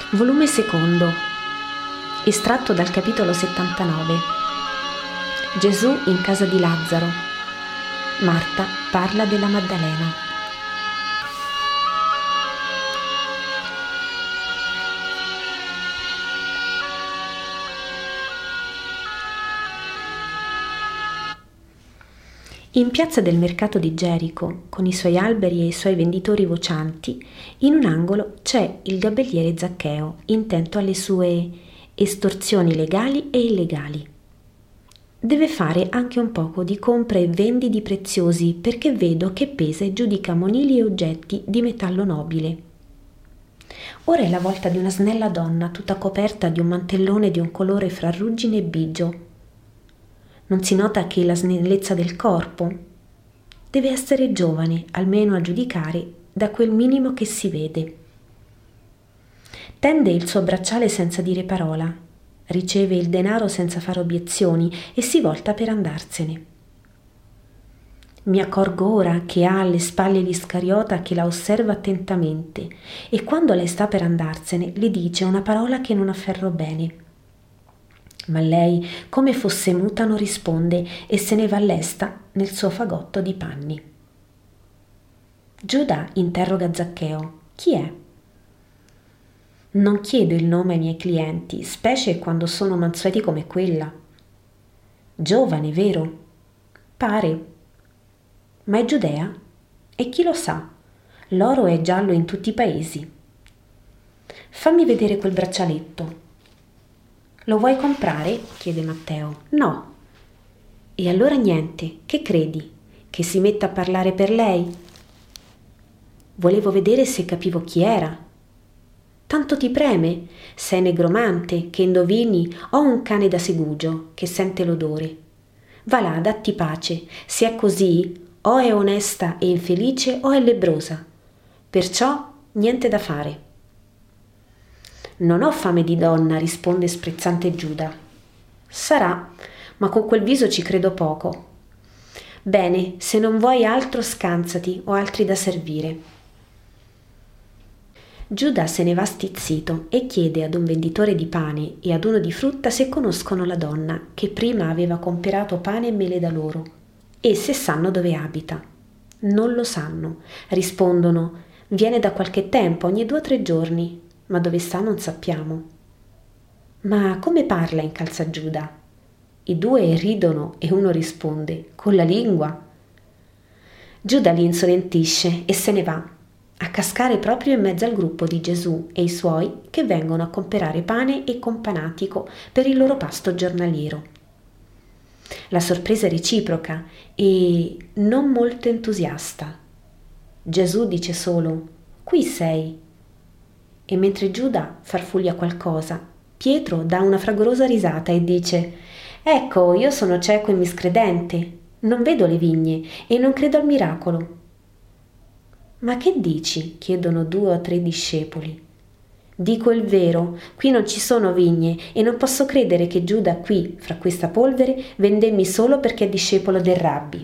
Volume secondo, estratto dal capitolo 79. Gesù in casa di Lazzaro. Marta parla della Maddalena. In piazza del mercato di Gerico, con i suoi alberi e i suoi venditori vocianti, in un angolo c'è il gabelliere Zaccheo, intento alle sue estorsioni legali e illegali. Deve fare anche un poco di compra e vendi di preziosi, perché vedo che pesa e giudica monili e oggetti di metallo nobile. Ora è la volta di una snella donna tutta coperta di un mantellone di un colore fra ruggine e bigio. Non si nota che la snellezza del corpo? Deve essere giovane, almeno a giudicare da quel minimo che si vede. Tende il suo bracciale senza dire parola, riceve il denaro senza fare obiezioni e si volta per andarsene. Mi accorgo ora che ha alle spalle l'Iscariota che la osserva attentamente e quando lei sta per andarsene le dice una parola che non afferro bene. Ma lei, come fosse muta, non risponde e se ne va lesta nel suo fagotto di panni. Giuda interroga Zaccheo. Chi è? Non chiedo il nome ai miei clienti, specie quando sono mansueti come quella. Giovane, vero? Pare. Ma è Giudea? E chi lo sa? L'oro è giallo in tutti i paesi. Fammi vedere quel braccialetto. Lo vuoi comprare? Chiede Matteo. No. E allora niente, che credi? Che si metta a parlare per lei? Volevo vedere se capivo chi era. Tanto ti preme? Sei negromante, che indovini, o un cane da segugio, che sente l'odore. Va là, datti pace, se è così, o è onesta e infelice o è lebbrosa. Perciò niente da fare. Non ho fame di donna, risponde sprezzante Giuda. Sarà, ma con quel viso ci credo poco. Bene, se non vuoi altro scansati, ho altri da servire. Giuda se ne va stizzito e chiede ad un venditore di pane e ad uno di frutta se conoscono la donna che prima aveva comperato pane e mele da loro e se sanno dove abita. Non lo sanno, rispondono, viene da qualche tempo, ogni 2 o 3 giorni. Ma dove sta non sappiamo. Ma come parla? Incalza Giuda. I due ridono e uno risponde, con la lingua. Giuda li insolentisce e se ne va, a cascare proprio in mezzo al gruppo di Gesù e i suoi che vengono a comperare pane e companatico per il loro pasto giornaliero. La sorpresa è reciproca e non molto entusiasta. Gesù dice solo, qui sei. E mentre Giuda farfuglia qualcosa, Pietro dà una fragorosa risata e dice: «Ecco, io sono cieco e miscredente, non vedo le vigne e non credo al miracolo». «Ma che dici?» chiedono 2 o 3 discepoli. «Dico il vero, qui non ci sono vigne e non posso credere che Giuda qui, fra questa polvere, vendemmi solo perché è discepolo del Rabbi».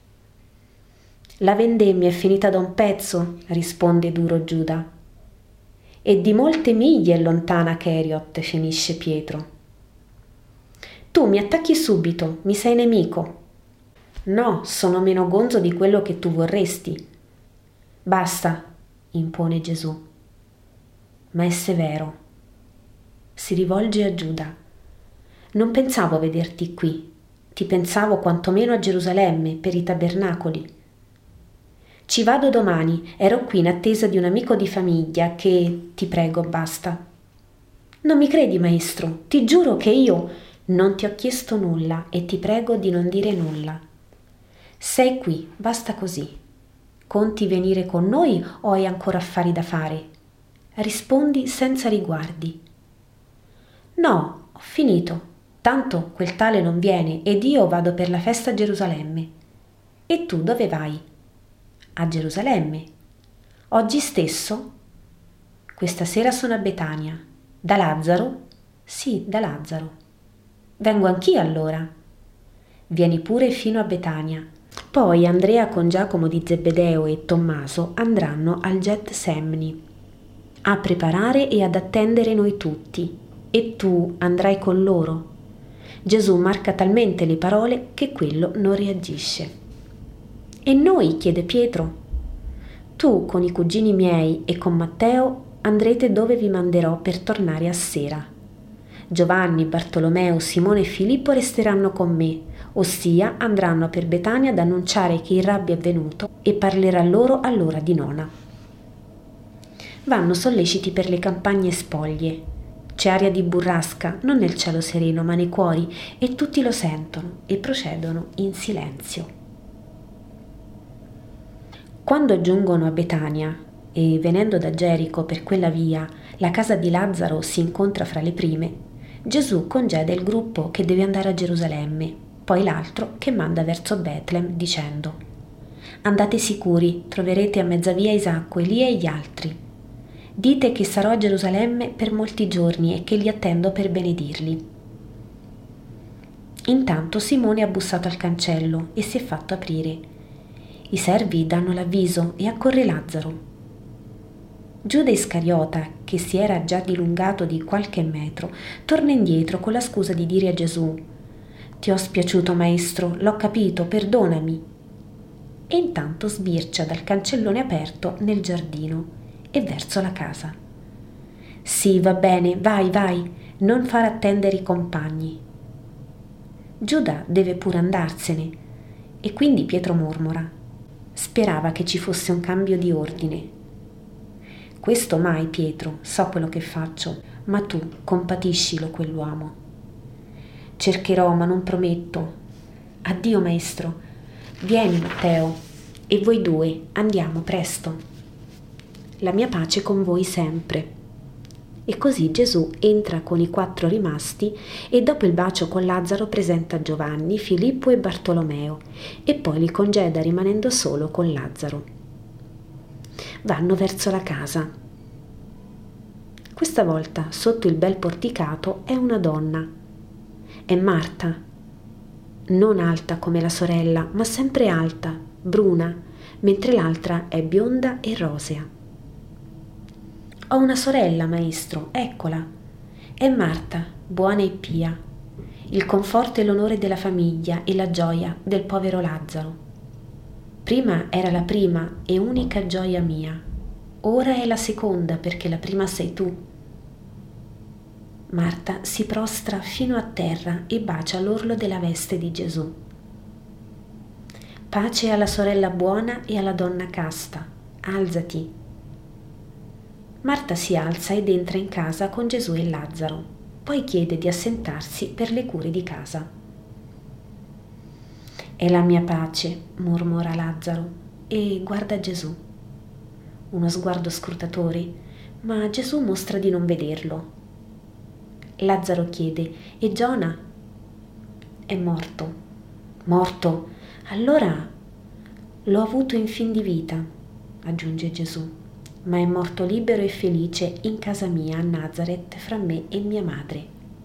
«La vendemmia è finita da un pezzo», risponde duro Giuda. «E di molte miglia è lontana Cheriot», finisce Pietro. «Tu mi attacchi subito, mi sei nemico». «No, sono meno gonzo di quello che tu vorresti». «Basta», impone Gesù. Ma è severo. Si rivolge a Giuda. «Non pensavo vederti qui, ti pensavo quantomeno a Gerusalemme per i tabernacoli. Ci vado domani, ero qui in attesa di un amico di famiglia che, ti prego, basta». «Non mi credi, maestro? Ti giuro che io non ti ho chiesto nulla e ti prego di non dire nulla. Sei qui, basta così. Conti venire con noi o hai ancora affari da fare? Rispondi senza riguardi». «No, ho finito. Tanto quel tale non viene ed io vado per la festa a Gerusalemme». «E tu dove vai?» «A Gerusalemme». «Oggi stesso?» «Questa sera sono a Betania». «Da Lazzaro?» «Sì, da Lazzaro». «Vengo anch'io allora». «Vieni pure fino a Betania». Poi Andrea con Giacomo di Zebedeo e Tommaso andranno al Getsemani. a preparare e ad attendere noi tutti, e tu andrai con loro. Gesù marca talmente le parole che quello non reagisce. E noi? Chiede Pietro. Tu con i cugini miei e con Matteo andrete dove vi manderò per tornare a sera. Giovanni, Bartolomeo, Simone e Filippo resteranno con me, ossia andranno per Betania ad annunciare che il Rabbi è venuto e parlerà loro all'ora di nona. Vanno solleciti per le campagne spoglie. C'è aria di burrasca, non nel cielo sereno, ma nei cuori, e tutti lo sentono e procedono in silenzio. Quando giungono a Betania e, venendo da Gerico per quella via, la casa di Lazzaro si incontra fra le prime, Gesù congeda il gruppo che deve andare a Gerusalemme, poi l'altro che manda verso Betlem dicendo: «Andate sicuri, troverete a mezza via Isacco, Elia e gli altri. Dite che sarò a Gerusalemme per molti giorni e che li attendo per benedirli». Intanto Simone ha bussato al cancello e si è fatto aprire. I servi danno l'avviso e accorre Lazzaro. Giuda Iscariota, che si era già dilungato di qualche metro, torna indietro con la scusa di dire a Gesù: «Ti ho spiaciuto, maestro, l'ho capito, perdonami». E intanto sbircia dal cancellone aperto nel giardino e verso la casa. «Sì, va bene, vai, vai, non far attendere i compagni». Giuda deve pure andarsene e quindi Pietro mormora: «Sperava che ci fosse un cambio di ordine». «Questo mai, Pietro, so quello che faccio, ma tu compatiscilo quell'uomo». «Cercherò, ma non prometto». «Addio, maestro». «Vieni, Matteo, e voi due, andiamo presto». «La mia pace con voi sempre». E così Gesù entra con i 4 rimasti e dopo il bacio con Lazzaro presenta Giovanni, Filippo e Bartolomeo e poi li congeda rimanendo solo con Lazzaro. Vanno verso la casa. Questa volta sotto il bel porticato è una donna. È Marta, non alta come la sorella, ma sempre alta, bruna, mentre l'altra è bionda e rosea. «Ho una sorella, maestro, eccola. È Marta, buona e pia, il conforto e l'onore della famiglia e la gioia del povero Lazzaro. Prima era la prima e unica gioia mia, ora è la seconda perché la prima sei tu». Marta si prostra fino a terra e bacia l'orlo della veste di Gesù. «Pace alla sorella buona e alla donna casta, alzati». Marta si alza ed entra in casa con Gesù e Lazzaro, poi chiede di assentarsi per le cure di casa. «È la mia pace», mormora Lazzaro e guarda Gesù. Uno sguardo scrutatore, ma Gesù mostra di non vederlo. Lazzaro chiede: «E Giona?» «È morto». «Morto? Allora l'ho avuto in fin di vita», aggiunge Gesù, «ma è morto libero e felice in casa mia a Nazaret fra me e mia madre».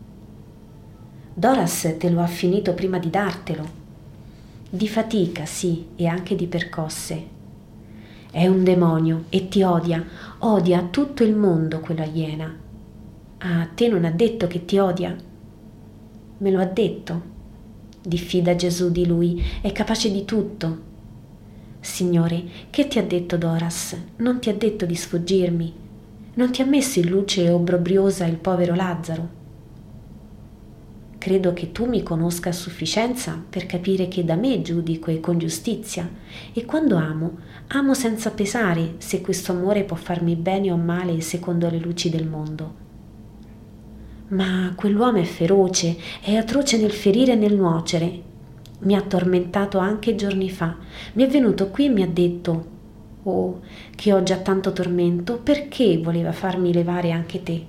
«Doras te lo ha finito prima di dartelo». «Di fatica, sì, e anche di percosse». «È un demonio e ti odia tutto il mondo quella iena». «A te non ha detto che ti odia?» «Me lo ha detto». Diffida Gesù di lui, è capace di tutto. «Signore, che ti ha detto Doras? Non ti ha detto di sfuggirmi? Non ti ha messo in luce obbrobriosa il povero Lazzaro?» «Credo che tu mi conosca a sufficienza per capire che da me giudico e con giustizia, e quando amo senza pesare se questo amore può farmi bene o male secondo le luci del mondo. Ma quell'uomo è feroce, è atroce nel ferire e nel nuocere. Mi ha tormentato anche giorni fa, mi è venuto qui e mi ha detto: «Oh, che ho già tanto tormento, perché voleva farmi levare anche te?»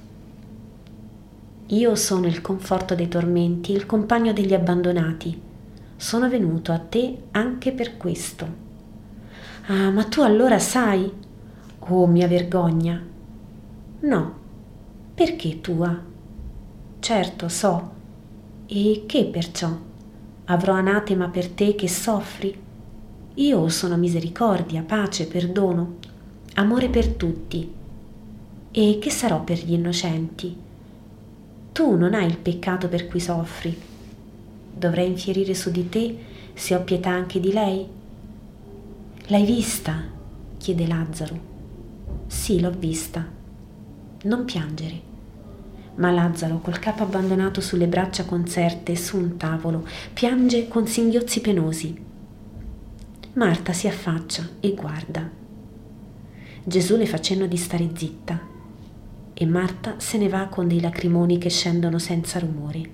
«Io sono il conforto dei tormenti, il compagno degli abbandonati. Sono venuto a te anche per questo». «Ah, ma tu allora sai?» «Oh, mia vergogna». «No, perché tua?» «Certo, so». «E che perciò? Avrò anatema per te che soffri? Io sono misericordia, pace, perdono, amore per tutti». E che sarò per gli innocenti? Tu non hai il peccato per cui soffri. Dovrei infierire su di te se ho pietà anche di lei? L'hai vista? Chiede Lazzaro. Sì, l'ho vista. Non piangere. Ma Lazzaro, col capo abbandonato sulle braccia conserte su un tavolo, piange con singhiozzi penosi. Marta si affaccia e guarda. Gesù le fa cenno di stare zitta e Marta se ne va con dei lacrimoni che scendono senza rumore.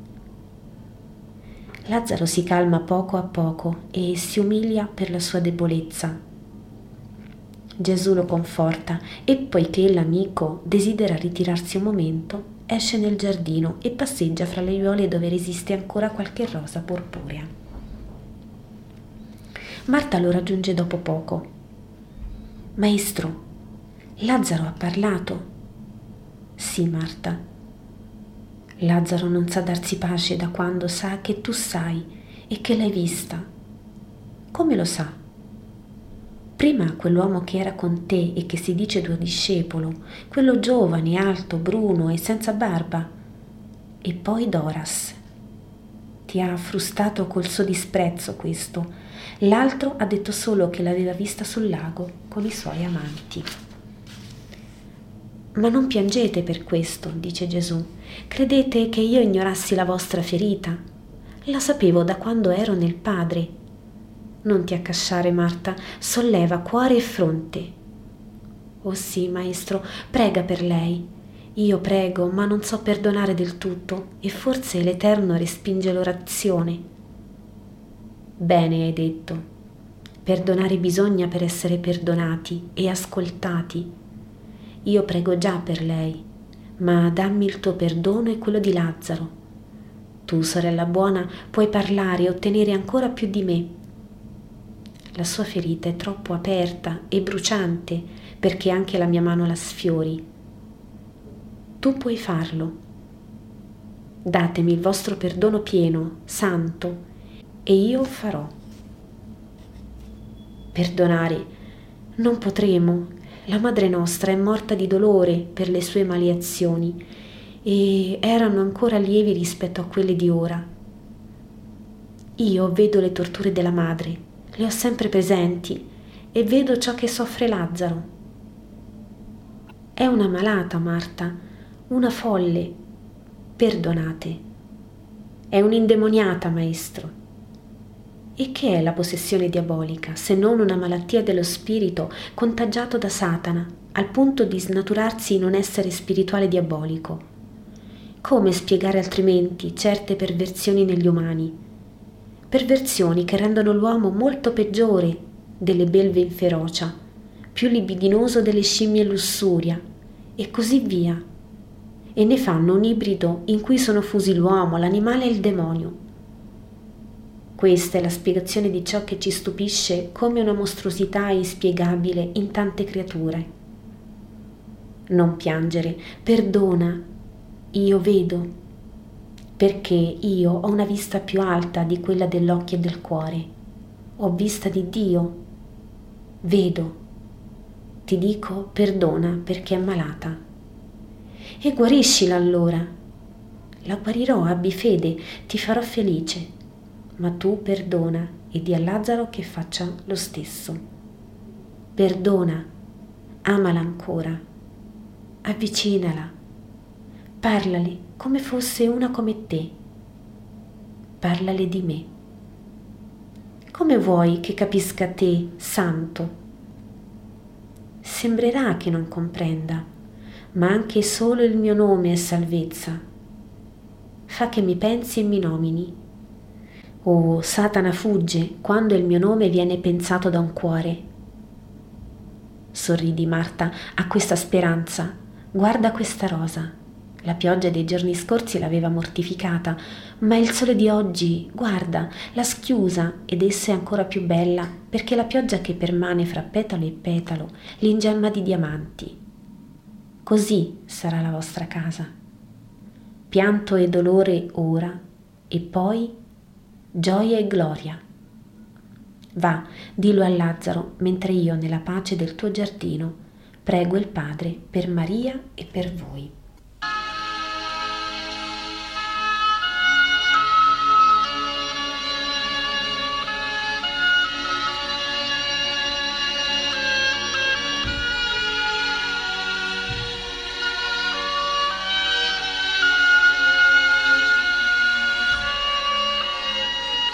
Lazzaro si calma poco a poco e si umilia per la sua debolezza. Gesù lo conforta e poiché l'amico desidera ritirarsi un momento, esce nel giardino e passeggia fra le aiuole dove resiste ancora qualche rosa purpurea. Marta lo raggiunge dopo poco. Maestro, Lazzaro ha parlato? Sì, Marta. Lazzaro non sa darsi pace da quando sa che tu sai e che l'hai vista. Come lo sa? Prima quell'uomo che era con te e che si dice tuo discepolo, quello giovane, alto, bruno e senza barba, e poi Doras. Ti ha frustato col suo disprezzo questo. L'altro ha detto solo che l'aveva vista sul lago con i suoi amanti. Ma non piangete per questo, dice Gesù. Credete che io ignorassi la vostra ferita? La sapevo da quando ero nel Padre. Non ti accasciare, Marta, solleva cuore e fronte. Oh sì, maestro, prega per lei. Io prego, ma non so perdonare del tutto e forse l'Eterno respinge l'orazione. Bene hai detto. Perdonare bisogna per essere perdonati e ascoltati. Io prego già per lei, ma dammi il tuo perdono e quello di Lazzaro. Tu, sorella buona, puoi parlare e ottenere ancora più di me. La sua ferita è troppo aperta e bruciante perché anche la mia mano la sfiori. Tu puoi farlo. Datemi il vostro perdono pieno, santo, e io farò. Perdonare non potremo. La madre nostra è morta di dolore per le sue maleazioni e erano ancora lievi rispetto a quelle di ora. Io vedo le torture della madre, le ho sempre presenti e vedo ciò che soffre Lazzaro. È una malata, Marta, una folle. Perdonate. È un'indemoniata, maestro. E che è la possessione diabolica, se non una malattia dello spirito contagiato da Satana, al punto di snaturarsi in un essere spirituale diabolico? Come spiegare altrimenti certe perversioni negli umani? Perversioni che rendono l'uomo molto peggiore delle belve in ferocia, più libidinoso delle scimmie in lussuria, e così via. E ne fanno un ibrido in cui sono fusi l'uomo, l'animale e il demonio. Questa è la spiegazione di ciò che ci stupisce come una mostruosità inspiegabile in tante creature. Non piangere, perdona, io vedo, perché io ho una vista più alta di quella dell'occhio e del cuore. Ho vista di Dio, vedo. Ti dico perdona perché è malata. E guariscila allora. La guarirò, abbi fede, ti farò felice. Ma tu perdona e di a Lazzaro che faccia lo stesso. Perdona, amala ancora, avvicinala, parlale come fosse una come te, parlale di me. Come vuoi che capisca te, santo? Sembrerà che non comprenda, ma anche solo il mio nome è salvezza. Fa che mi pensi e mi nomini. Oh, Satana fugge quando il mio nome viene pensato da un cuore. Sorridi, Marta, a questa speranza. Guarda questa rosa. La pioggia dei giorni scorsi l'aveva mortificata, ma il sole di oggi, guarda, l'ha schiusa ed essa è ancora più bella perché la pioggia che permane fra petalo e petalo l'ingemma di diamanti. Così sarà la vostra casa. Pianto e dolore ora e poi gioia e gloria. Va, dillo a Lazzaro, mentre io, nella pace del tuo giardino, Prego il Padre per Maria e per voi.